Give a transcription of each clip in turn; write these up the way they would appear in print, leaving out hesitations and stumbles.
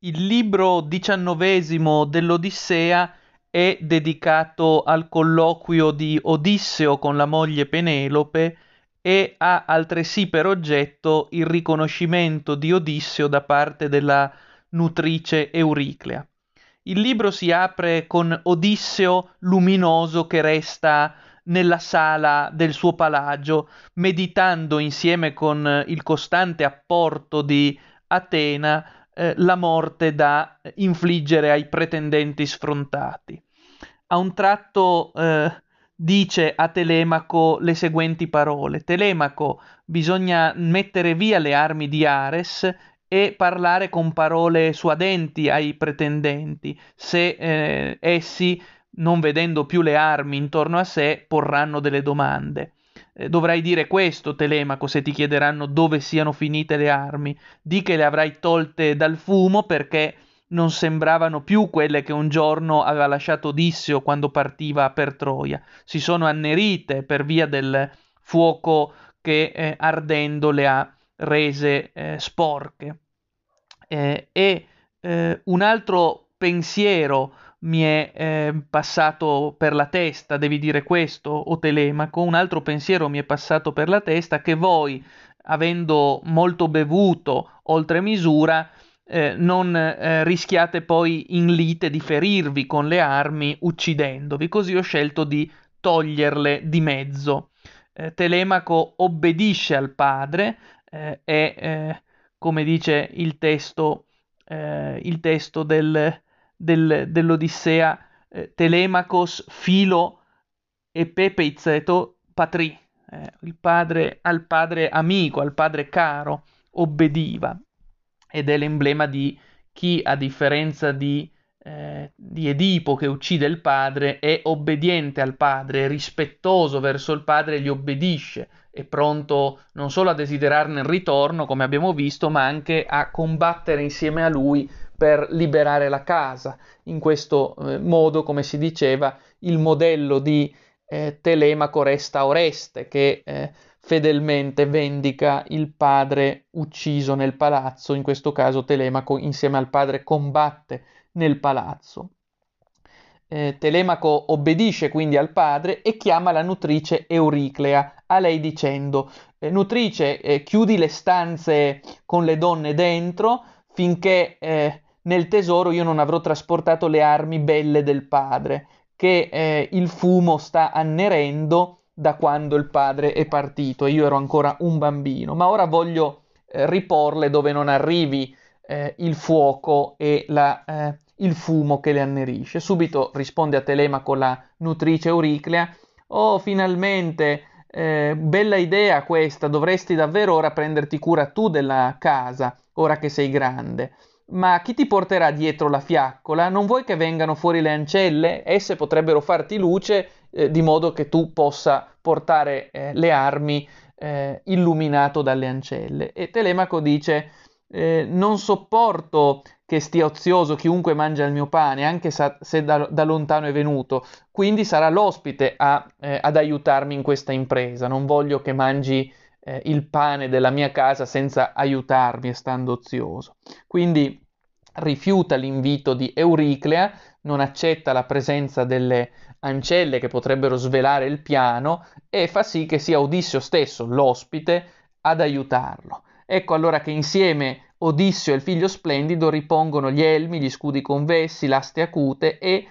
Il libro 19° dell'Odissea è dedicato al colloquio di Odisseo con la moglie Penelope e ha altresì per oggetto il riconoscimento di Odisseo da parte della nutrice Euriclea. Il libro si apre con Odisseo luminoso che resta nella sala del suo palagio, meditando insieme con il costante apporto di Atena la morte da infliggere ai pretendenti sfrontati. A un tratto dice a Telemaco le seguenti parole: Telemaco, bisogna mettere via le armi di Ares e parlare con parole suadenti ai pretendenti, se essi, non vedendo più le armi intorno a sé, porranno delle domande. Dovrai dire questo, Telemaco, se ti chiederanno dove siano finite le armi. Di che le avrai tolte dal fumo perché non sembravano più quelle che un giorno aveva lasciato Odisseo quando partiva per Troia. Si sono annerite per via del fuoco che ardendo le ha rese sporche. Un altro pensiero mi è passato per la testa, devi dire questo, o Telemaco, un altro pensiero mi è passato per la testa che voi, avendo molto bevuto oltre misura, non rischiate poi in lite di ferirvi con le armi uccidendovi, così ho scelto di toglierle di mezzo. Telemaco obbedisce al padre e come dice il testo dell'Odissea, Telemacos, Filo e Pepeizeto patrì, il padre al padre amico, al padre caro, obbediva ed è l'emblema di chi, a differenza di Edipo che uccide il padre, è obbediente al padre, è rispettoso verso il padre e gli obbedisce, è pronto non solo a desiderarne il ritorno, come abbiamo visto, ma anche a combattere insieme a lui per liberare la casa. In questo modo, come si diceva, il modello di Telemaco resta Oreste, che fedelmente vendica il padre ucciso nel palazzo. In questo caso Telemaco insieme al padre combatte nel palazzo. Telemaco obbedisce quindi al padre e chiama la nutrice Euriclea, a lei dicendo: nutrice, chiudi le stanze con le donne dentro finché nel tesoro io non avrò trasportato le armi belle del padre, che il fumo sta annerendo da quando il padre è partito e io ero ancora un bambino, ma ora voglio riporle dove non arrivi il fuoco e il fumo che le annerisce. Subito risponde a Telemaco la nutrice Euriclea: oh, finalmente, bella idea questa, dovresti davvero ora prenderti cura tu della casa, ora che sei grande. Ma chi ti porterà dietro la fiaccola? Non vuoi che vengano fuori le ancelle? Esse potrebbero farti luce, di modo che tu possa portare le armi illuminato dalle ancelle. E Telemaco dice: non sopporto che stia ozioso chiunque mangia il mio pane, anche se da lontano è venuto, quindi sarà l'ospite ad aiutarmi in questa impresa. Non voglio che mangi il pane della mia casa senza aiutarmi e stando ozioso. Quindi rifiuta l'invito di Euriclea, non accetta la presenza delle ancelle che potrebbero svelare il piano e fa sì che sia Odisseo stesso, l'ospite, ad aiutarlo. Ecco allora che insieme Odisseo e il figlio splendido ripongono gli elmi, gli scudi convessi, l'aste acute e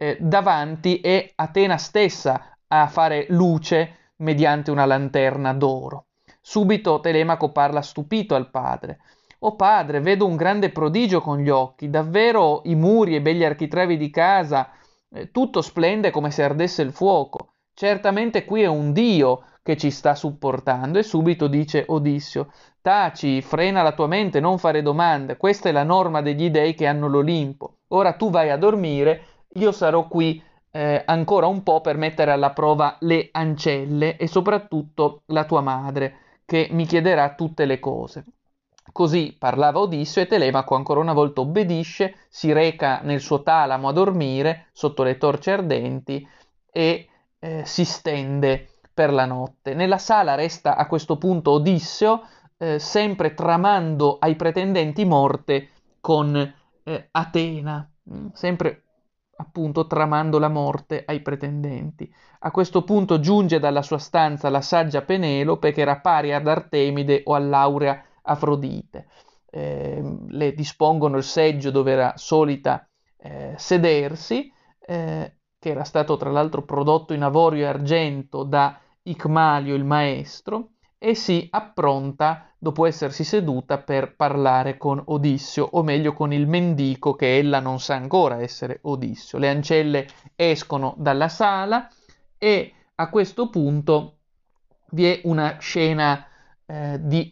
davanti è Atena stessa a fare luce mediante una lanterna d'oro. Subito Telemaco parla stupito al padre. «O padre, vedo un grande prodigio con gli occhi, davvero i muri e i begli architravi di casa, tutto splende come se ardesse il fuoco. Certamente qui è un dio che ci sta supportando». E subito dice Odisseo: «Taci, frena la tua mente, non fare domande, questa è la norma degli dei che hanno l'Olimpo. Ora tu vai a dormire, io sarò qui ancora un po' per mettere alla prova le ancelle e soprattutto la tua madre, che mi chiederà tutte le cose». Così parlava Odisseo e Telemaco ancora una volta obbedisce, si reca nel suo talamo a dormire sotto le torce ardenti e si stende per la notte. Nella sala resta a questo punto Odisseo, sempre tramando ai pretendenti morte con Atena, sempre appunto tramando la morte ai pretendenti. A questo punto giunge dalla sua stanza la saggia Penelope, che era pari ad Artemide o all'aurea Afrodite. Le dispongono il seggio dove era solita sedersi, che era stato tra l'altro prodotto in avorio e argento da Icmalio il maestro, e si appronta dopo essersi seduta per parlare con Odissio, o meglio con il mendico che ella non sa ancora essere Odissio. Le ancelle escono dalla sala e a questo punto vi è una scena di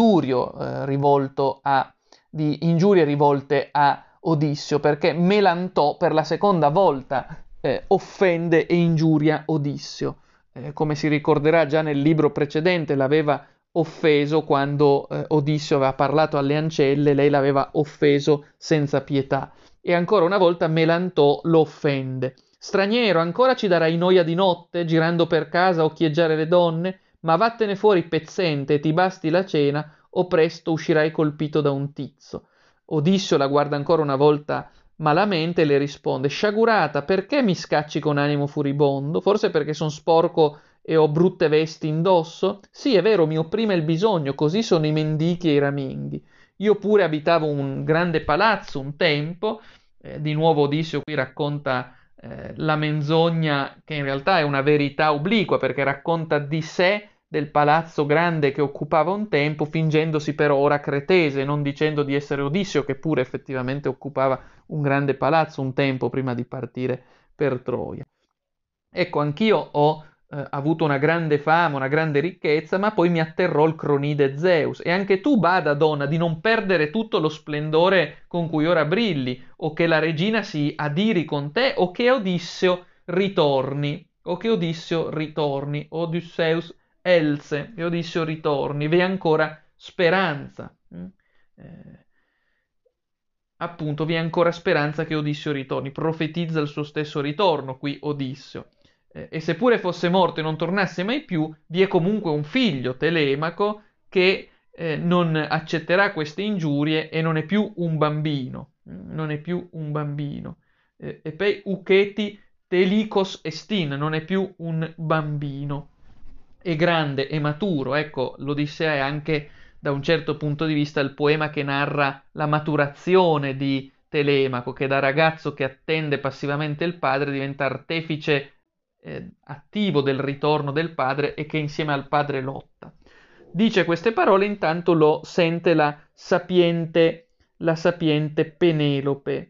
di ingiurie rivolte a Odissio, perché Melantò per la seconda volta offende e ingiuria Odissio. Come si ricorderà, già nel libro precedente l'aveva offeso quando Odissio aveva parlato alle ancelle, lei l'aveva offeso senza pietà. E ancora una volta Melantò lo offende. Straniero, ancora ci darai noia di notte, girando per casa a occhieggiare le donne? Ma vattene fuori pezzente e ti basti la cena, o presto uscirai colpito da un tizzo. Odissio la guarda ancora una volta malamente e le risponde: Sciagurata, perché mi scacci con animo furibondo? Forse perché son sporco e ho brutte vesti indosso? Sì, è vero, mi opprime il bisogno, così sono i mendichi e i raminghi. Io pure abitavo un grande palazzo un tempo, di nuovo Odissio qui racconta la menzogna che in realtà è una verità obliqua perché racconta di sé, del palazzo grande che occupava un tempo, fingendosi per ora cretese, non dicendo di essere Odissio che pure effettivamente occupava un grande palazzo un tempo prima di partire per Troia. Ecco, anch'io ho avuto una grande fama, una grande ricchezza, ma poi mi atterrò il cronide Zeus. E anche tu bada, donna, di non perdere tutto lo splendore con cui ora brilli, o che la regina si adiri con te, o che Odisseo ritorni, Odysseus else, e Odisseo ritorni, v'è ancora speranza. Eh, appunto, vi è ancora speranza che Odisseo ritorni. Profetizza il suo stesso ritorno qui Odisseo. E seppure fosse morto e non tornasse mai più, vi è comunque un figlio, Telemaco, che non accetterà queste ingiurie e non è più un bambino. Non è più un bambino. E poi Ucheti Telikos Estin, non è più un bambino. È grande, è maturo. Ecco, l'Odissea è anche da un certo punto di vista il poema che narra la maturazione di Telemaco, che da ragazzo che attende passivamente il padre diventa artefice attivo del ritorno del padre e che insieme al padre lotta. Dice queste parole, intanto lo sente la sapiente Penelope,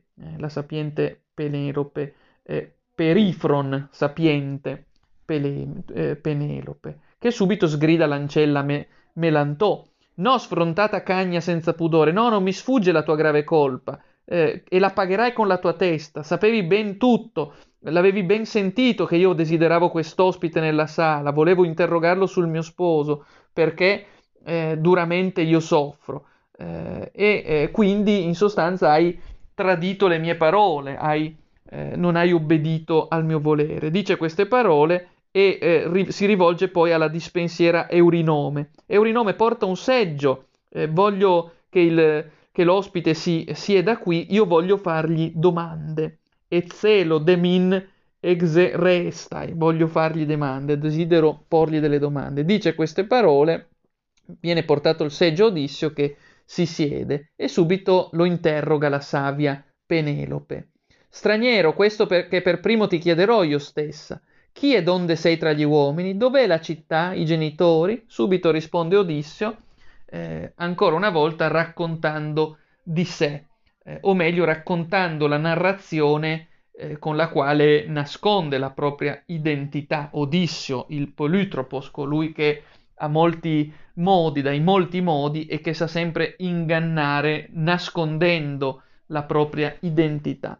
Perifron sapiente Penelope, che subito sgrida l'ancella Melantò. No, sfrontata cagna senza pudore, no, non mi sfugge la tua grave colpa, e la pagherai con la tua testa. Sapevi ben tutto, l'avevi ben sentito che io desideravo quest'ospite nella sala, volevo interrogarlo sul mio sposo, perché duramente io soffro. Quindi in sostanza hai tradito le mie parole, non hai obbedito al mio volere. Dice queste parole e si rivolge poi alla dispensiera Eurinome. Eurinome porta un seggio, voglio che l'ospite si sieda qui, io voglio fargli domande. E zelo de min exe restai, voglio fargli domande, desidero porgli delle domande. Dice queste parole, viene portato il seggio a Odissio che si siede e subito lo interroga la savia Penelope. Straniero, questo perché per primo ti chiederò io stessa. Chi e donde sei tra gli uomini? Dov'è la città? I genitori? Subito risponde Odissio, ancora una volta raccontando di sé, o meglio raccontando la narrazione con la quale nasconde la propria identità. Odissio, il Polytropos, colui che ha molti modi, dai molti modi, e che sa sempre ingannare nascondendo la propria identità.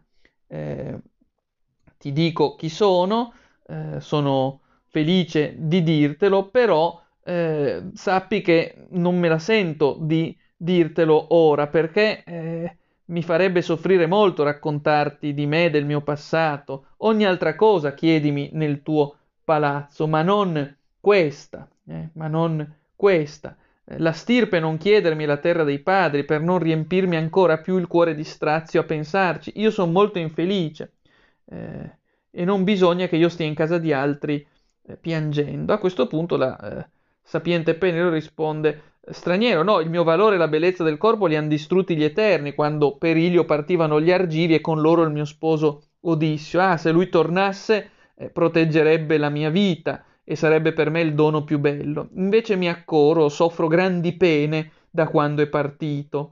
Ti dico chi sono felice di dirtelo, però sappi che non me la sento di dirtelo ora perché mi farebbe soffrire molto raccontarti di me, del mio passato. Ogni altra cosa chiedimi nel tuo palazzo, ma non questa, ma non questa. la stirpe non chiedermi la terra dei padri per non riempirmi ancora più il cuore di strazio a pensarci. Io sono molto infelice e non bisogna che io stia in casa di altri piangendo. A questo punto la sapiente Penelo risponde: straniero, no, il mio valore e la bellezza del corpo li han distrutti gli Eterni quando per Ilio partivano gli Argivi e con loro il mio sposo Odissio. Ah, se lui tornasse proteggerebbe la mia vita e sarebbe per me il dono più bello. Invece mi accoro, soffro grandi pene da quando è partito.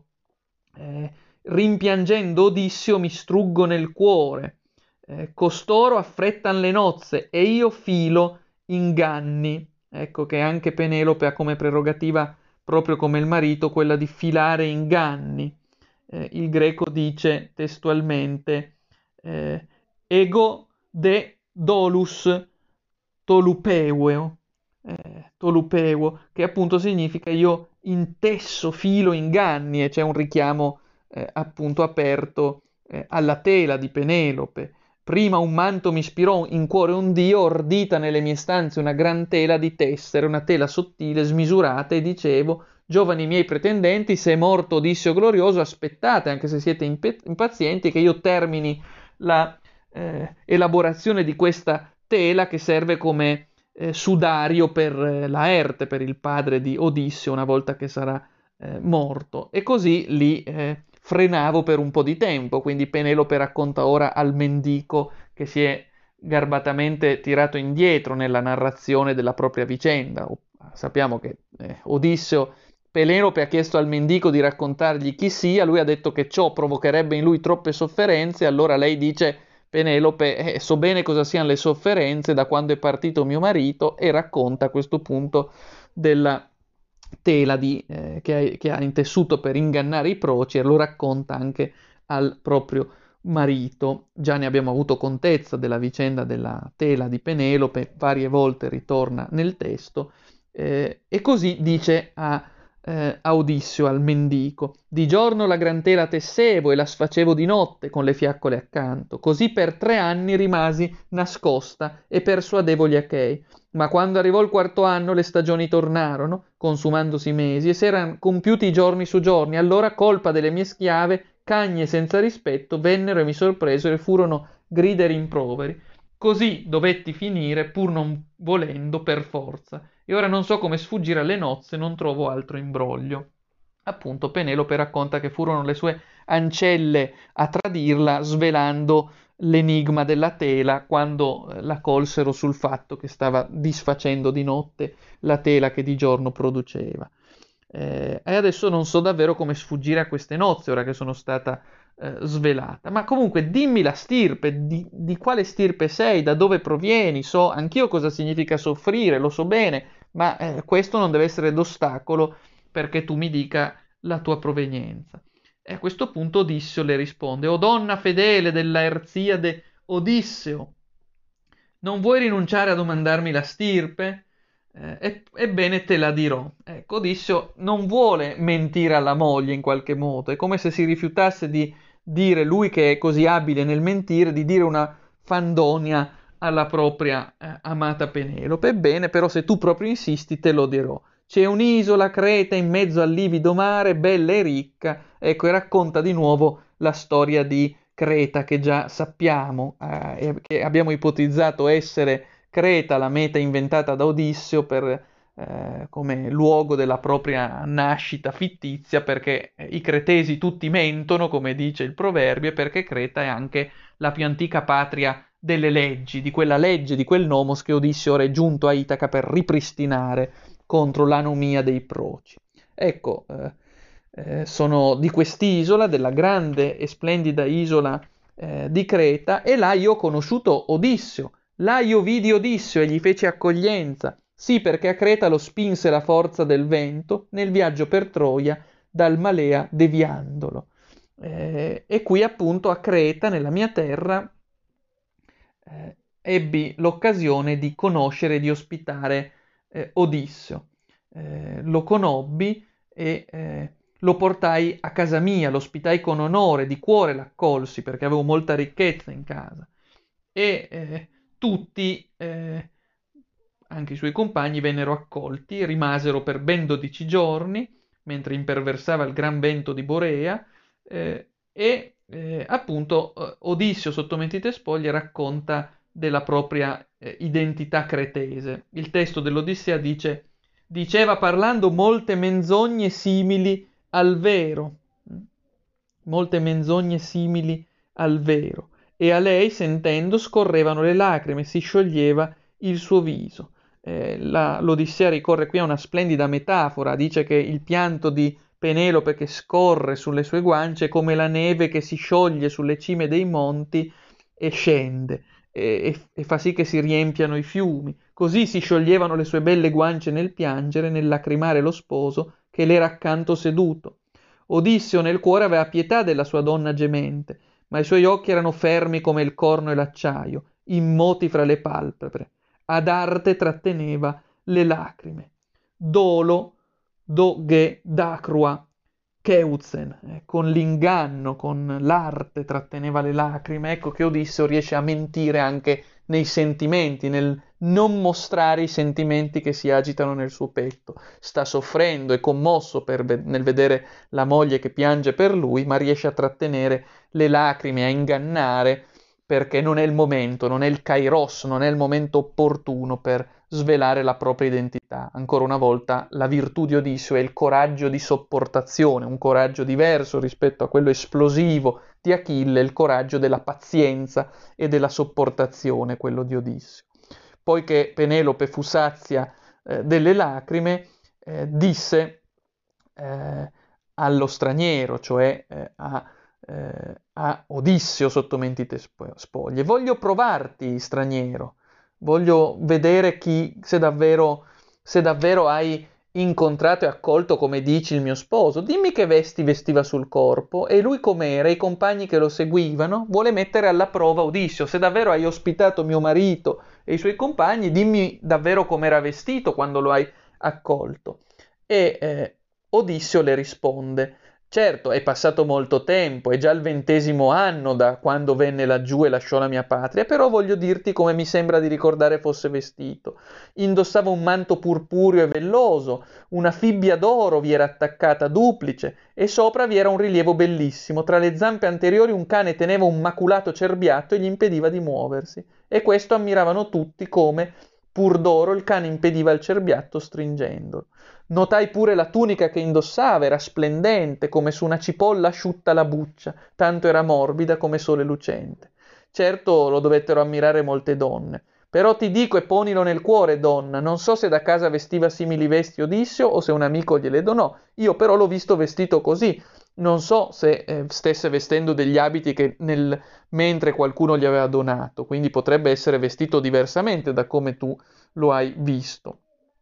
Rimpiangendo Odissio mi struggo nel cuore. Costoro affrettan le nozze e io filo inganni. Ecco che anche Penelope ha come prerogativa, proprio come il marito, quella di filare inganni. Il greco dice testualmente ego de dolus tolupeueo, tolupeuo, che appunto significa io intesso, filo inganni, e c'è un richiamo appunto aperto alla tela di Penelope. Prima un manto mi ispirò in cuore un dio, ordita nelle mie stanze una gran tela di tessere, una tela sottile, smisurata, e dicevo: giovani miei pretendenti, se è morto Odisseo glorioso, aspettate, anche se siete impazienti, che io termini la elaborazione di questa tela che serve come sudario per Laerte, per il padre di Odisseo, una volta che sarà morto. E così li frenavo per un po' di tempo. Quindi Penelope racconta ora al mendico che si è garbatamente tirato indietro nella narrazione della propria vicenda. Sappiamo che Odisseo, Penelope ha chiesto al mendico di raccontargli chi sia, lui ha detto che ciò provocherebbe in lui troppe sofferenze, allora lei dice: Penelope, so bene cosa siano le sofferenze da quando è partito mio marito, e racconta a questo punto della tela che ha intessuto per ingannare i proci, e lo racconta anche al proprio marito. Già ne abbiamo avuto contezza della vicenda della tela di Penelope, varie volte ritorna nel testo, e così dice a Odisseo, al mendico: di giorno la gran tela tessevo e la sfacevo di notte con le fiaccole accanto, così per 3 anni rimasi nascosta e persuadevo gli Achei. Ma quando arrivò il 4 anno le stagioni tornarono, consumandosi i mesi, e s'eran compiuti i giorni su giorni. Allora, colpa delle mie schiave, cagne senza rispetto, vennero e mi sorpresero e furono grida e rimproveri. Così dovetti finire, pur non volendo, per forza. E ora non so come sfuggire alle nozze, non trovo altro imbroglio. Appunto, Penelope racconta che furono le sue ancelle a tradirla, svelando l'enigma della tela quando la colsero sul fatto che stava disfacendo di notte la tela che di giorno produceva. E adesso non so davvero come sfuggire a queste nozze ora che sono stata svelata. Ma comunque dimmi la stirpe, di quale stirpe sei, da dove provieni, so anch'io cosa significa soffrire, lo so bene, ma questo non deve essere d'ostacolo perché tu mi dica la tua provenienza. E a questo punto Odisseo le risponde: O donna fedele della Erziade Odisseo, non vuoi rinunciare a domandarmi la stirpe? Ebbene te la dirò. Ecco, Odisseo non vuole mentire alla moglie in qualche modo, è come se si rifiutasse di dire, lui che è così abile nel mentire, di dire una fandonia alla propria amata Penelope. Ebbene, però se tu proprio insisti te lo dirò. C'è un'isola, Creta, in mezzo al livido mare, bella e ricca. Ecco, e racconta di nuovo la storia di Creta che già sappiamo, e che abbiamo ipotizzato essere Creta, la meta inventata da Odisseo come luogo della propria nascita fittizia, perché i cretesi tutti mentono, come dice il proverbio, e perché Creta è anche la più antica patria delle leggi, di quella legge, di quel nomos che Odisseo ora è giunto a Itaca per ripristinare contro l'anomia dei proci. Ecco, sono di quest'isola, della grande e splendida isola di Creta, e là io ho conosciuto Odisseo. Là io vidi Odisseo e gli feci accoglienza. Sì, perché a Creta lo spinse la forza del vento nel viaggio per Troia dal Malea deviandolo. E qui appunto a Creta, nella mia terra, ebbi l'occasione di conoscere e di ospitare Odisseo. Lo conobbi e lo portai a casa mia, lo ospitai con onore, di cuore l'accolsi perché avevo molta ricchezza in casa. E tutti anche i suoi compagni vennero accolti, rimasero per ben 12 giorni, mentre imperversava il gran vento di Borea, appunto Odisseo, sotto mentite spoglie, racconta della propria identità cretese. Il testo dell'Odissea dice: diceva parlando molte menzogne simili al vero, molte menzogne simili al vero, e a lei, sentendo, scorrevano le lacrime, si scioglieva il suo viso. L'Odissea ricorre qui a una splendida metafora, dice che il pianto di Penelope che scorre sulle sue guance è come la neve che si scioglie sulle cime dei monti e scende e fa sì che si riempiano i fiumi. Così si scioglievano le sue belle guance nel piangere, nel lacrimare lo sposo che l'era accanto seduto. Odisseo nel cuore aveva pietà della sua donna gemente, ma i suoi occhi erano fermi come il corno e l'acciaio, immoti fra le palpebre. Ad arte tratteneva le lacrime. Dolo, doghe, dacrua, Keutzen, con l'inganno, con l'arte tratteneva le lacrime. Ecco che Odisseo riesce a mentire anche nei sentimenti, nel non mostrare i sentimenti che si agitano nel suo petto. Sta soffrendo, è commosso nel vedere la moglie che piange per lui, ma riesce a trattenere le lacrime, a ingannare, perché non è il momento, non è il kairos, non è il momento opportuno per svelare la propria identità. Ancora una volta, la virtù di Odisseo è il coraggio di sopportazione, un coraggio diverso rispetto a quello esplosivo di Achille, il coraggio della pazienza e della sopportazione, quello di Odisseo. Poiché Penelope fu sazia delle lacrime, disse allo straniero, cioè a Odisseo sotto mentite spoglie: voglio provarti, straniero, voglio vedere se davvero hai incontrato e accolto come dici il mio sposo. Dimmi che vesti vestiva sul corpo e lui com'era, i compagni che lo seguivano. Vuole mettere alla prova Odisseo. Se davvero hai ospitato mio marito e i suoi compagni, dimmi davvero com'era vestito quando lo hai accolto. E Odisseo le risponde: certo, è passato molto tempo, è già il 20° anno da quando venne laggiù e lasciò la mia patria, però voglio dirti come mi sembra di ricordare fosse vestito. Indossava un manto purpureo e velloso, una fibbia d'oro vi era attaccata duplice e sopra vi era un rilievo bellissimo. Tra le zampe anteriori un cane teneva un maculato cerbiatto e gli impediva di muoversi. E questo ammiravano tutti come, pur d'oro, il cane impediva il cerbiatto stringendolo. Notai pure la tunica che indossava, era splendente, come su una cipolla asciutta la buccia, tanto era morbida come sole lucente. Certo lo dovettero ammirare molte donne. Però ti dico e ponilo nel cuore, donna, non so se da casa vestiva simili vesti Odisseo o se un amico gliele donò, io però l'ho visto vestito così. Non so se stesse vestendo degli abiti che mentre qualcuno gli aveva donato, quindi potrebbe essere vestito diversamente da come tu lo hai visto.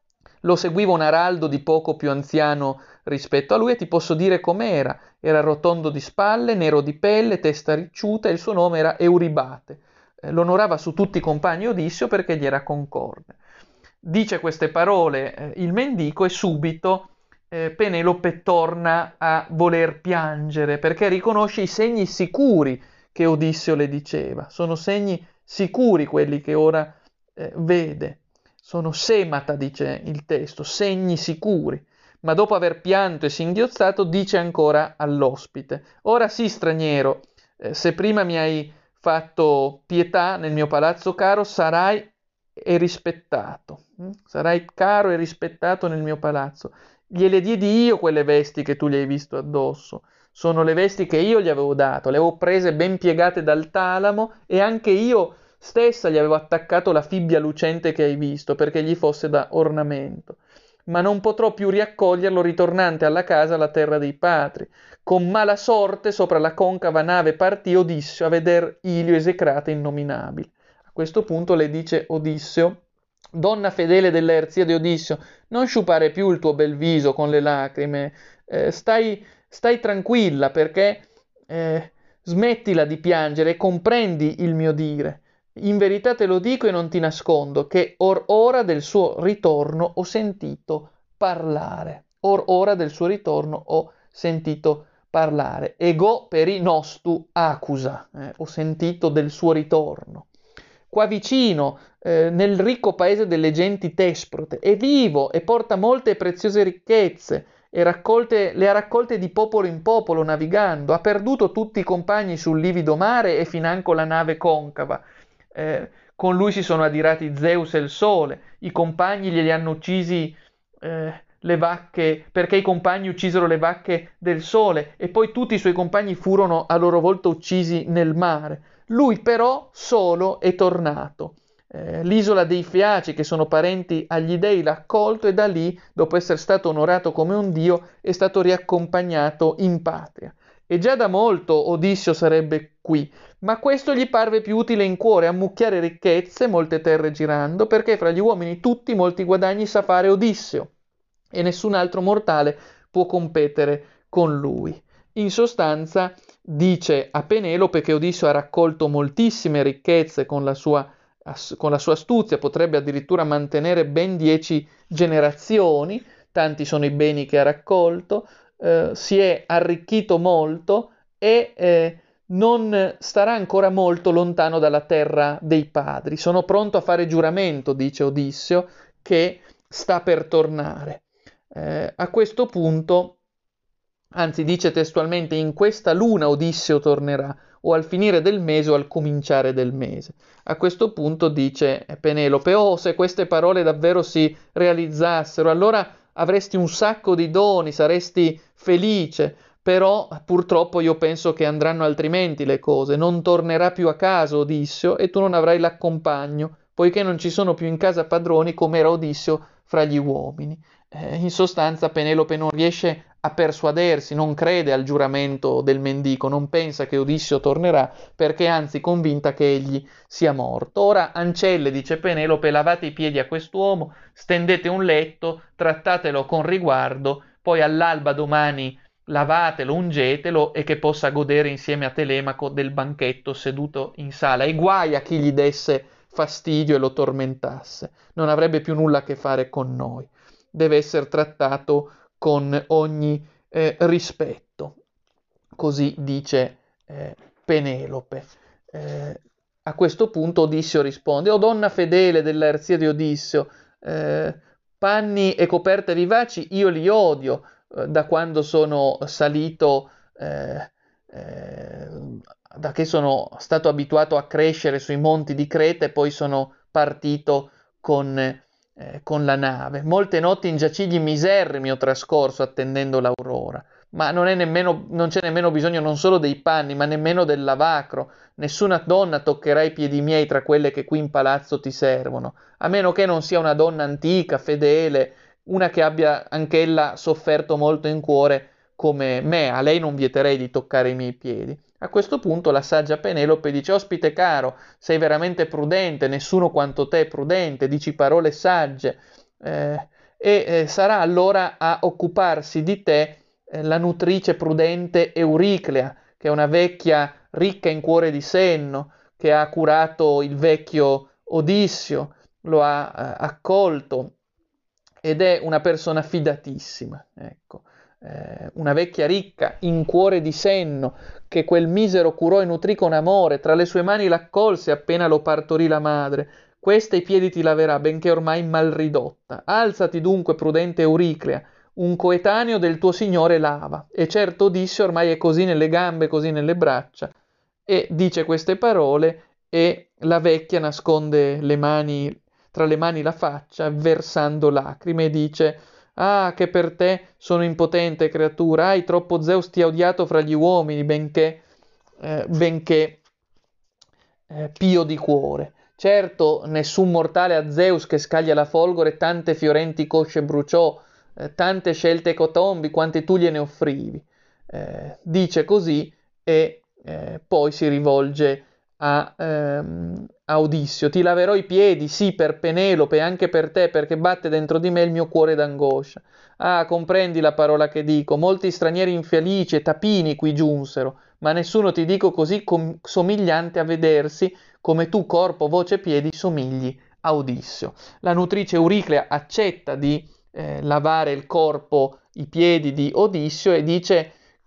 Lo seguiva un araldo di poco più anziano rispetto a lui e ti posso dire com'era. Era rotondo di spalle, nero di pelle, testa ricciuta e il suo nome era Euribate. L'onorava su tutti i compagni Odisseo perché gli era concorde. Dice queste parole il mendico e subito Penelope torna a voler piangere perché riconosce i segni sicuri che Odisseo le diceva. Sono segni sicuri quelli che ora vede. Sono semata, dice il testo, segni sicuri. Ma dopo aver pianto e singhiozzato dice ancora all'ospite: ora sì, straniero, se prima mi hai fatto pietà nel mio palazzo caro, sarai e rispettato. Sarai caro e rispettato nel mio palazzo. Gliele diedi io quelle vesti che tu gli hai visto addosso. Sono le vesti che io gli avevo dato, le avevo prese ben piegate dal talamo e anche io stessa gli avevo attaccato la fibbia lucente che hai visto perché gli fosse da ornamento. Ma non potrò più riaccoglierlo ritornante alla casa alla terra dei patri. Con mala sorte sopra la concava nave partì Odisseo a veder Ilio esecrata innominabile. A questo punto le dice Odisseo: donna fedele dell'erzia di Odisseo, non sciupare più il tuo bel viso con le lacrime, stai tranquilla perché smettila di piangere e comprendi il mio dire. In verità te lo dico e non ti nascondo, che or ora del suo ritorno ho sentito parlare. Or ora del suo ritorno ho sentito parlare. Ego peri nostu accusa. Ho sentito del suo ritorno. qua vicino, nel ricco paese delle genti Tesprote, è vivo e porta molte e preziose ricchezze, e le ha raccolte di popolo in popolo navigando, ha perduto tutti i compagni sul livido mare e financo la nave concava. Con lui si sono adirati Zeus e il sole, i compagni glieli hanno uccisi le vacche, perché i compagni uccisero le vacche del sole, e poi tutti i suoi compagni furono a loro volta uccisi nel mare. Lui però solo è tornato. L'isola dei Feaci, che sono parenti agli dei, l'ha accolto, e da lì, dopo essere stato onorato come un dio, è stato riaccompagnato in patria. E già da molto Odisseo sarebbe qui, ma questo gli parve più utile in cuore, ammucchiare ricchezze, molte terre girando, perché fra gli uomini tutti molti guadagni sa fare Odisseo, e nessun altro mortale può competere con lui. In sostanza dice a Penelope che Odisseo ha raccolto moltissime ricchezze con la sua astuzia, potrebbe addirittura mantenere ben 10 generazioni, tanti sono i beni che ha raccolto, si è arricchito molto e non starà ancora molto lontano dalla terra dei padri. Sono pronto a fare giuramento, dice Odisseo, che sta per tornare. A questo punto, anzi dice testualmente, in questa luna Odisseo tornerà, o al finire del mese o al cominciare del mese. A questo punto dice Penelope: oh, se queste parole davvero si realizzassero, allora avresti un sacco di doni, saresti felice, però purtroppo io penso che andranno altrimenti le cose, non tornerà più a casa Odisseo e tu non avrai l'accompagno, poiché non ci sono più in casa padroni come era Odisseo fra gli uomini. In sostanza Penelope non riesce a persuadersi, non crede al giuramento del mendico, non pensa che Odisseo tornerà, perché è anzi convinta che egli sia morto. Ora, ancelle, dice Penelope, lavate i piedi a quest'uomo, stendete un letto, trattatelo con riguardo, poi all'alba domani lavatelo, ungetelo, e che possa godere insieme a Telemaco del banchetto seduto in sala. E guai a chi gli desse fastidio e lo tormentasse, non avrebbe più nulla a che fare con noi, deve essere trattato con ogni rispetto. Così dice Penelope. A questo punto Odisseo risponde: o donna fedele dell'erzia di Odisseo, panni e coperte vivaci io li odio da quando sono salito, da che sono stato abituato a crescere sui monti di Creta e poi sono partito con la nave. Molte notti in giacigli miserrimi ho trascorso attendendo l'aurora, ma non c'è nemmeno bisogno non solo dei panni, ma nemmeno del lavacro. Nessuna donna toccherà i piedi miei tra quelle che qui in palazzo ti servono, a meno che non sia una donna antica, fedele, una che abbia anch'ella sofferto molto in cuore come me. A lei non vieterei di toccare i miei piedi. A questo punto la saggia Penelope dice: ospite caro, sei veramente prudente, nessuno quanto te è prudente, dici parole sagge, sarà allora a occuparsi di te la nutrice prudente Euriclea, che è una vecchia ricca in cuore di senno, che ha curato il vecchio Odisseo, lo ha accolto, ed è una persona fidatissima, ecco. Una vecchia ricca in cuore di senno, che quel misero curò e nutrì con amore, tra le sue mani l'accolse appena lo partorì la madre. Questa i piedi ti laverà, benché ormai mal ridotta. Alzati dunque, prudente Euriclea, un coetaneo del tuo signore lava. E certo Odisseo ormai è così nelle gambe, così nelle braccia. E dice queste parole, e la vecchia nasconde tra le mani la faccia, versando lacrime, e dice: ah, che per te sono impotente creatura, troppo Zeus ti ha odiato fra gli uomini, benché pio di cuore. Certo, nessun mortale a Zeus che scaglia la folgore tante fiorenti cosce bruciò, tante scelte ecotombi quante tu gliene offrivi. Dice così e poi si rivolge a Odisseo: ti laverò i piedi, sì, per Penelope, anche per te, perché batte dentro di me il mio cuore d'angoscia. Ah, comprendi la parola che dico, molti stranieri infelici e tapini qui giunsero, ma nessuno, ti dico così, somigliante a vedersi come tu, corpo, voce, piedi, somigli a Odisseo. La nutrice Euriclea accetta di lavare il corpo, i piedi di Odisseo, e dice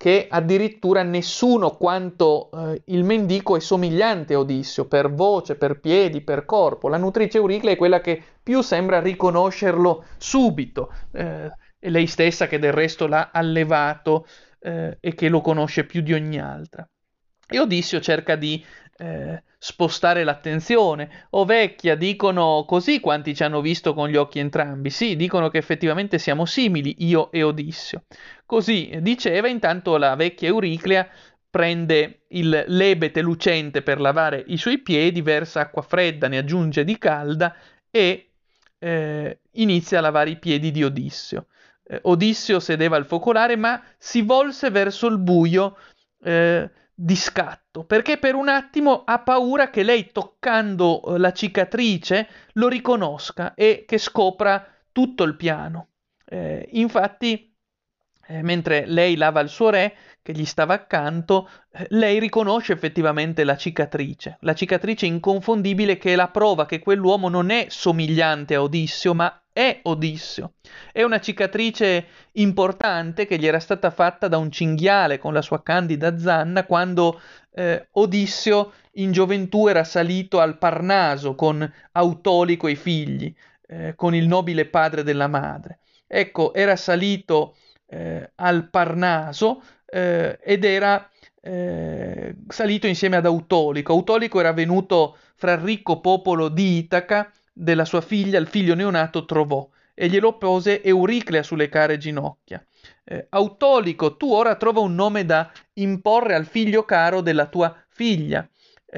che addirittura nessuno quanto il mendico è somigliante a Odissio, per voce, per piedi, per corpo. La nutrice Euriclea è quella che più sembra riconoscerlo subito, è lei stessa che del resto l'ha allevato e che lo conosce più di ogni altra. E Odissio cerca di spostare l'attenzione. O vecchia, dicono così quanti ci hanno visto con gli occhi entrambi. Sì, dicono che effettivamente siamo simili, io e Odissio. Così diceva, intanto la vecchia Euriclea prende il lebete lucente per lavare i suoi piedi, versa acqua fredda, ne aggiunge di calda e inizia a lavare i piedi di Odissio. Odissio sedeva al focolare, ma si volse verso il buio di scatto, perché per un attimo ha paura che lei, toccando la cicatrice, lo riconosca e che scopra tutto il piano. Infatti, mentre lei lava il suo re, che gli stava accanto, lei riconosce effettivamente la cicatrice inconfondibile che è la prova che quell'uomo non è somigliante a Odissio, ma è Odissio. È una cicatrice importante che gli era stata fatta da un cinghiale con la sua candida zanna quando Odissio in gioventù era salito al Parnaso con Autolico e i figli, con il nobile padre della madre. Ecco, era salito al Parnaso ed era salito insieme ad Autolico. Autolico era venuto fra il ricco popolo di Itaca della sua figlia, il figlio neonato trovò e glielo pose Euriclea sulle care ginocchia. Autolico, tu ora trova un nome da imporre al figlio caro della tua figlia.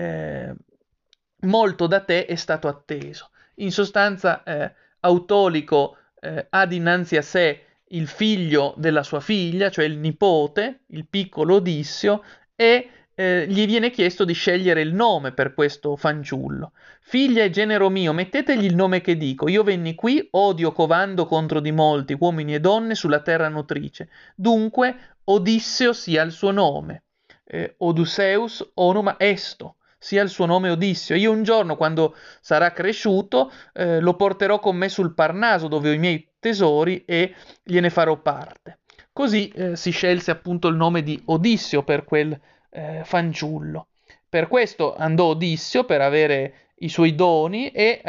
Molto da te è stato atteso. In sostanza, Autolico ha dinanzi a sé il figlio della sua figlia, cioè il nipote, il piccolo Odissio, e gli viene chiesto di scegliere il nome per questo fanciullo. Figlia e genero mio, mettetegli il nome che dico. Io venni qui, odio covando contro di molti, uomini e donne, sulla terra nutrice. Dunque, Odisseo sia il suo nome. Odysseus onuma esto, sia il suo nome Odisseo. Io un giorno, quando sarà cresciuto, lo porterò con me sul Parnaso, dove ho i miei tesori, e gliene farò parte. Così si scelse appunto il nome di Odisseo per quel fanciullo. Per questo andò Odisseo per avere i suoi doni e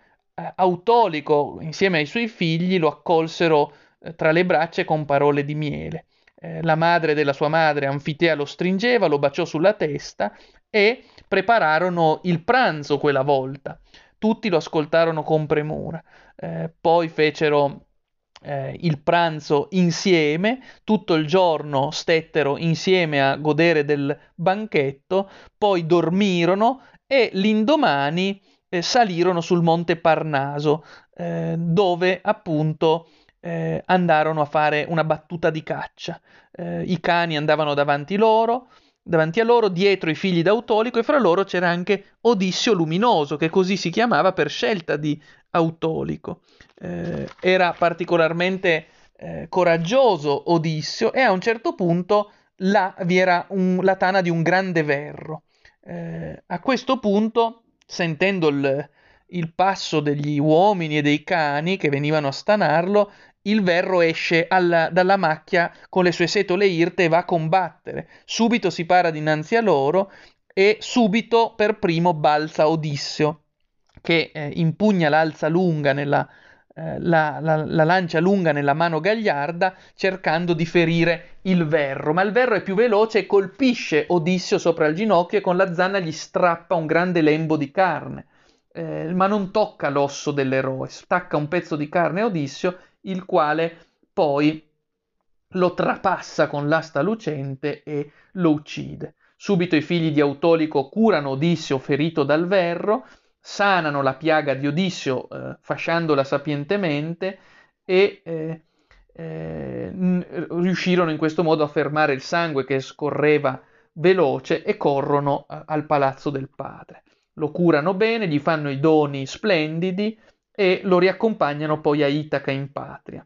Autolico insieme ai suoi figli lo accolsero tra le braccia con parole di miele. La madre della sua madre, Anfitea, lo stringeva, lo baciò sulla testa e prepararono il pranzo quella volta. Tutti lo ascoltarono con premura. Poi fecero il pranzo insieme, tutto il giorno stettero insieme a godere del banchetto, poi dormirono e l'indomani salirono sul monte Parnaso, dove appunto andarono a fare una battuta di caccia. I cani andavano davanti a loro, dietro i figli d'Autolico, e fra loro c'era anche Odissio Luminoso, che così si chiamava per scelta di Autolico. Era particolarmente coraggioso Odissio e a un certo punto là vi era la tana di un grande verro. A questo punto, sentendo il passo degli uomini e dei cani che venivano a stanarlo, il verro esce dalla macchia con le sue setole irte e va a combattere. Subito si para dinanzi a loro e subito per primo balza Odissio, che impugna l'alza lunga la lancia lunga nella mano gagliarda, cercando di ferire il verro. Ma il verro è più veloce e colpisce Odissio sopra il ginocchio e con la zanna gli strappa un grande lembo di carne. Ma non tocca l'osso dell'eroe, stacca un pezzo di carne a Odissio, il quale poi lo trapassa con l'asta lucente e lo uccide. Subito i figli di Autolico curano Odissio ferito dal verro, sanano la piaga di Odissio fasciandola sapientemente e riuscirono in questo modo a fermare il sangue che scorreva veloce e corrono al palazzo del padre. Lo curano bene, gli fanno i doni splendidi e lo riaccompagnano poi a Itaca in patria.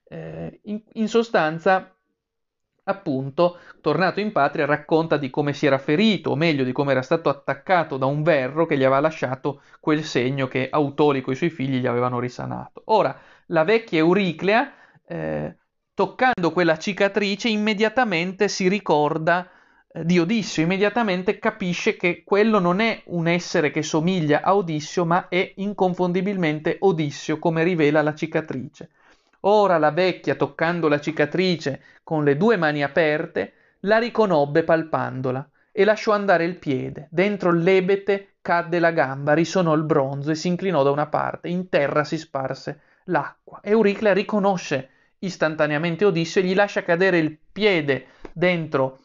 In sostanza, appunto, tornato in patria, racconta di come si era ferito, o meglio di come era stato attaccato da un verro che gli aveva lasciato quel segno che Autolico e i suoi figli gli avevano risanato. Ora, la vecchia Euriclea toccando quella cicatrice immediatamente si ricorda di Odisseo, immediatamente capisce che quello non è un essere che somiglia a Odisseo, ma è inconfondibilmente Odisseo, come rivela la cicatrice. Ora la vecchia, toccando la cicatrice con le due mani aperte, la riconobbe palpandola e lasciò andare il piede. Dentro il lebete cadde la gamba, risonò il bronzo e si inclinò da una parte. In terra si sparse l'acqua. Euriclea riconosce istantaneamente Odisseo e gli lascia cadere il piede dentro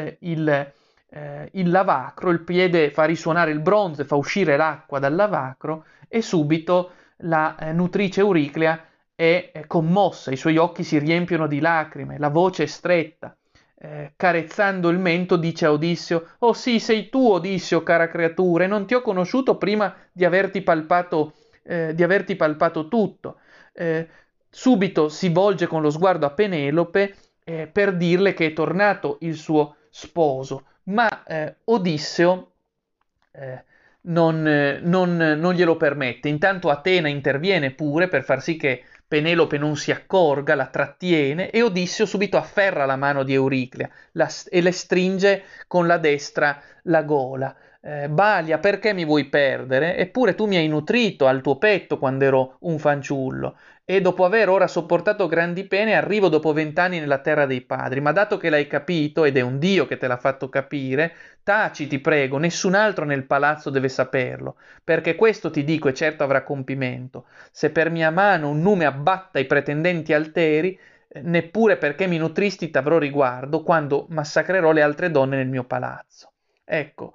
il lavacro, il piede fa risuonare il bronzo e fa uscire l'acqua dal lavacro e subito la nutrice Euriclea è commossa, i suoi occhi si riempiono di lacrime, la voce è stretta. Carezzando il mento dice a Odisseo: «Oh sì, sei tu, Odisseo, cara creatura, e non ti ho conosciuto prima di averti palpato tutto». Subito si volge con lo sguardo a Penelope per dirle che è tornato il suo sposo, ma Odisseo non glielo permette. Intanto Atena interviene pure per far sì che Penelope non si accorga, la trattiene e Odisseo subito afferra la mano di Euriclea e le stringe con la destra la gola. Balia, perché mi vuoi perdere? Eppure tu mi hai nutrito al tuo petto quando ero un fanciullo e dopo aver ora sopportato grandi pene arrivo dopo 20 anni nella terra dei padri, ma dato che l'hai capito ed è un Dio che te l'ha fatto capire, taci, ti prego, nessun altro nel palazzo deve saperlo, perché questo ti dico e certo avrà compimento. Se per mia mano un nume abbatta i pretendenti alteri, neppure perché mi nutristi t'avrò riguardo quando massacrerò le altre donne nel mio palazzo. Ecco,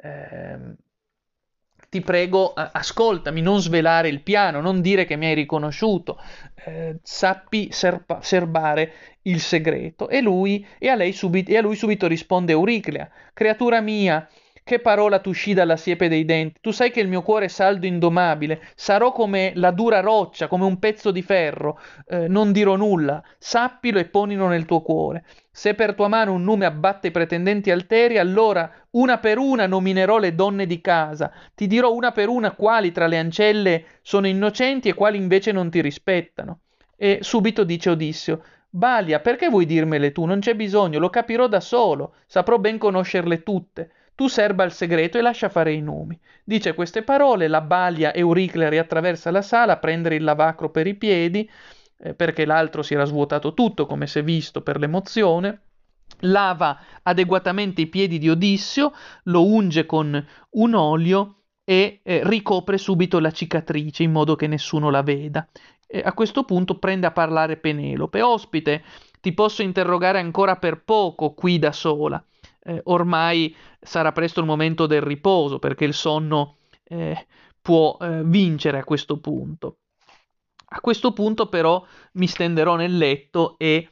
ti prego, ascoltami, non svelare il piano, non dire che mi hai riconosciuto, sappi serbare il segreto. E a lui subito risponde Euriclea: creatura mia, che parola t'uscì dalla siepe dei denti? Tu sai che il mio cuore è saldo e indomabile, sarò come la dura roccia, come un pezzo di ferro, non dirò nulla, sappilo e ponilo nel tuo cuore. Se per tua mano un nume abbatte i pretendenti alteri, allora una per una nominerò le donne di casa, ti dirò una per una quali tra le ancelle sono innocenti e quali invece non ti rispettano. E subito dice Odisseo: Balia, perché vuoi dirmele tu? Non c'è bisogno, lo capirò da solo, saprò ben conoscerle tutte. Tu serba il segreto e lascia fare i nomi. Dice queste parole, la Balia Euriclea riattraversa la sala a prendere il lavacro per i piedi, perché l'altro si era svuotato tutto, come si è visto per l'emozione, lava adeguatamente i piedi di Odisseo, lo unge con un olio e ricopre subito la cicatrice in modo che nessuno la veda. A questo punto prende a parlare Penelope: ospite, ti posso interrogare ancora per poco qui da sola. Ormai sarà presto il momento del riposo, perché il sonno può vincere a questo punto. A questo punto però mi stenderò nel letto e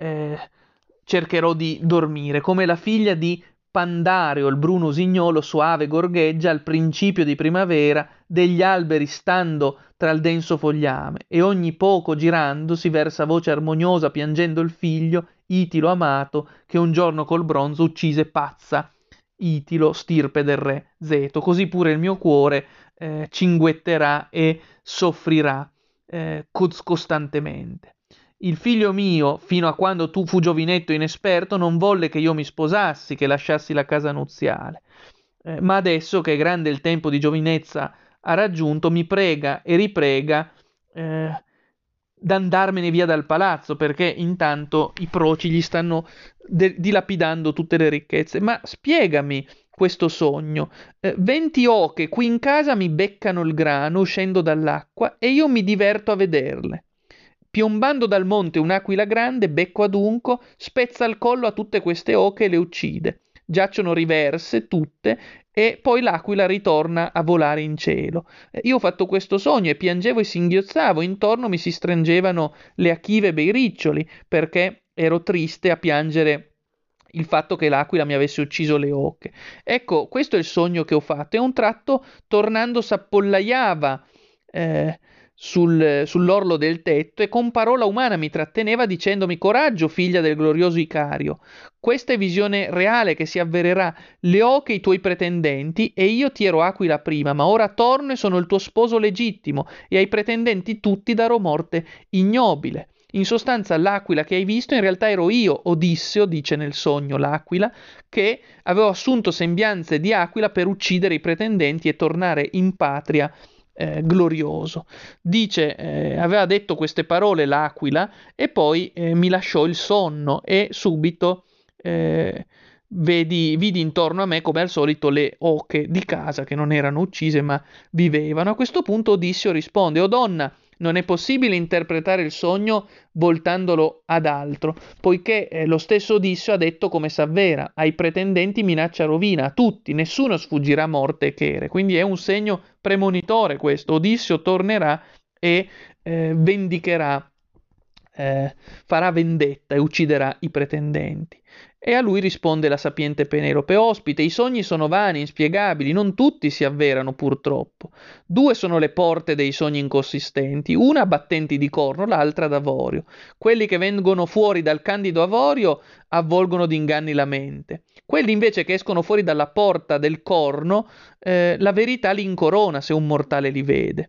cercherò di dormire, come la figlia di Pandario, il bruno usignolo soave gorgheggia al principio di primavera degli alberi stando tra il denso fogliame, e ogni poco girando si versa voce armoniosa piangendo il figlio, Itilo amato, che un giorno col bronzo uccise pazza Itilo, stirpe del re Zeto. Così pure il mio cuore cinguetterà e soffrirà costantemente. Il figlio mio, fino a quando tu fu giovinetto inesperto, non volle che io mi sposassi, che lasciassi la casa nuziale. Ma adesso che grande il tempo di giovinezza ha raggiunto, mi prega e riprega d'andarmene via dal palazzo, perché intanto i proci gli stanno dilapidando tutte le ricchezze. Ma spiegami questo sogno. 20 oche qui in casa mi beccano il grano uscendo dall'acqua e io mi diverto a vederle. Piombando dal monte un'aquila grande, becco adunco, spezza il collo a tutte queste oche e le uccide. Giacciono riverse tutte e poi l'aquila ritorna a volare in cielo. Io ho fatto questo sogno e piangevo e singhiozzavo, intorno mi si stringevano le achive bei riccioli, perché ero triste a piangere il fatto che l'aquila mi avesse ucciso le oche. Ecco, questo è il sogno che ho fatto, e a un tratto, tornando, s'appollaiava sull'orlo del tetto e con parola umana mi tratteneva dicendomi: coraggio, figlia del glorioso Icario, questa è visione reale che si avvererà, le oche i tuoi pretendenti e io ti ero aquila prima, ma ora torno e sono il tuo sposo legittimo e ai pretendenti tutti darò morte ignobile. In sostanza l'aquila che hai visto in realtà ero io, Odisseo, dice nel sogno l'aquila, che avevo assunto sembianze di aquila per uccidere i pretendenti e tornare in patria glorioso. Dice, aveva detto queste parole l'aquila e poi mi lasciò il sonno e subito vidi intorno a me come al solito le oche di casa che non erano uccise ma vivevano. A questo punto Odisseo risponde: O donna, non è possibile interpretare il sogno voltandolo ad altro, poiché lo stesso Odisseo ha detto come s'avvera, ai pretendenti minaccia rovina, a tutti, nessuno sfuggirà morte e chere. Quindi è un segno premonitore questo. Odisseo tornerà e vendicherà, farà vendetta e ucciderà i pretendenti. E a lui risponde la sapiente Penelope: Ospite, i sogni sono vani, inspiegabili, non tutti si avverano purtroppo. Due sono le porte dei sogni inconsistenti, una a battenti di corno, l'altra d'avorio. Quelli che vengono fuori dal candido avorio avvolgono d'inganni la mente. Quelli invece che escono fuori dalla porta del corno, la verità li incorona se un mortale li vede.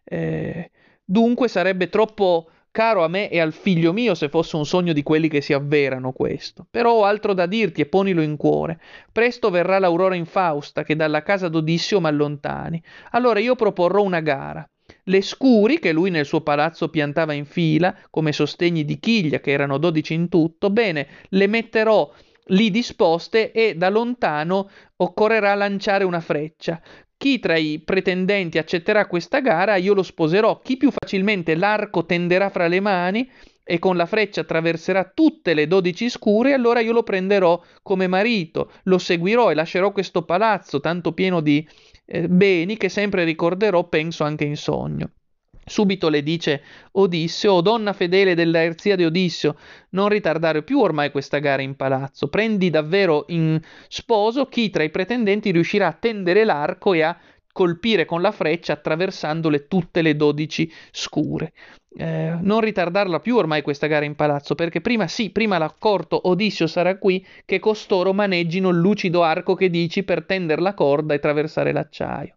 Dunque sarebbe troppo caro a me e al figlio mio se fosse un sogno di quelli che si avverano questo. Però ho altro da dirti e ponilo in cuore. Presto verrà l'aurora infausta che dalla casa d'Odisseo m'allontani. Allora io proporrò una gara. Le scuri, che lui nel suo palazzo piantava in fila, come sostegni di chiglia, che erano 12 in tutto, bene, le metterò lì disposte e da lontano occorrerà lanciare una freccia. Chi tra i pretendenti accetterà questa gara, io lo sposerò. Chi più facilmente l'arco tenderà fra le mani e con la freccia attraverserà tutte le 12 scure, allora io lo prenderò come marito, lo seguirò e lascerò questo palazzo tanto pieno di beni che sempre ricorderò, penso anche in sogno. Subito le dice Odisseo: O donna fedele della erzia di Odisseo, non ritardare più ormai questa gara in palazzo. Prendi davvero in sposo chi tra i pretendenti riuscirà a tendere l'arco e a colpire con la freccia attraversandole tutte le 12 scure. Non ritardarla più ormai questa gara in palazzo, perché prima l'accorto Odisseo sarà qui, che costoro maneggino il lucido arco che dici per tender la corda e traversare l'acciaio.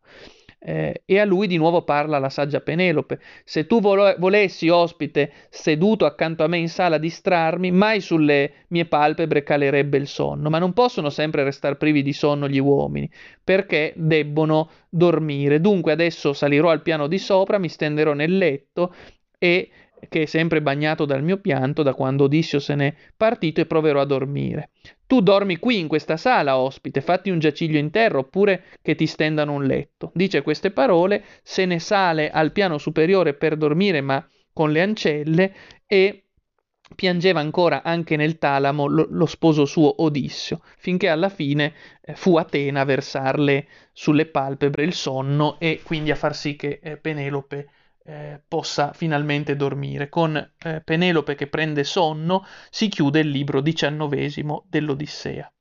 E a lui di nuovo parla la saggia Penelope: Se tu volessi, ospite, seduto accanto a me in sala, distrarmi, mai sulle mie palpebre calerebbe il sonno. Ma non possono sempre restare privi di sonno gli uomini, perché debbono dormire. Dunque adesso salirò al piano di sopra, mi stenderò nel letto e che è sempre bagnato dal mio pianto da quando Odisseo se n'è partito, e proverò a dormire. Tu dormi qui in questa sala, ospite, fatti un giaciglio in terra oppure che ti stendano un letto. Dice queste parole, se ne sale al piano superiore per dormire, ma con le ancelle, e piangeva ancora anche nel talamo lo sposo suo Odisseo, finché alla fine fu Atena a versarle sulle palpebre il sonno e quindi a far sì che Penelope possa finalmente dormire. Con Penelope che prende sonno si chiude il libro 19 dell'Odissea.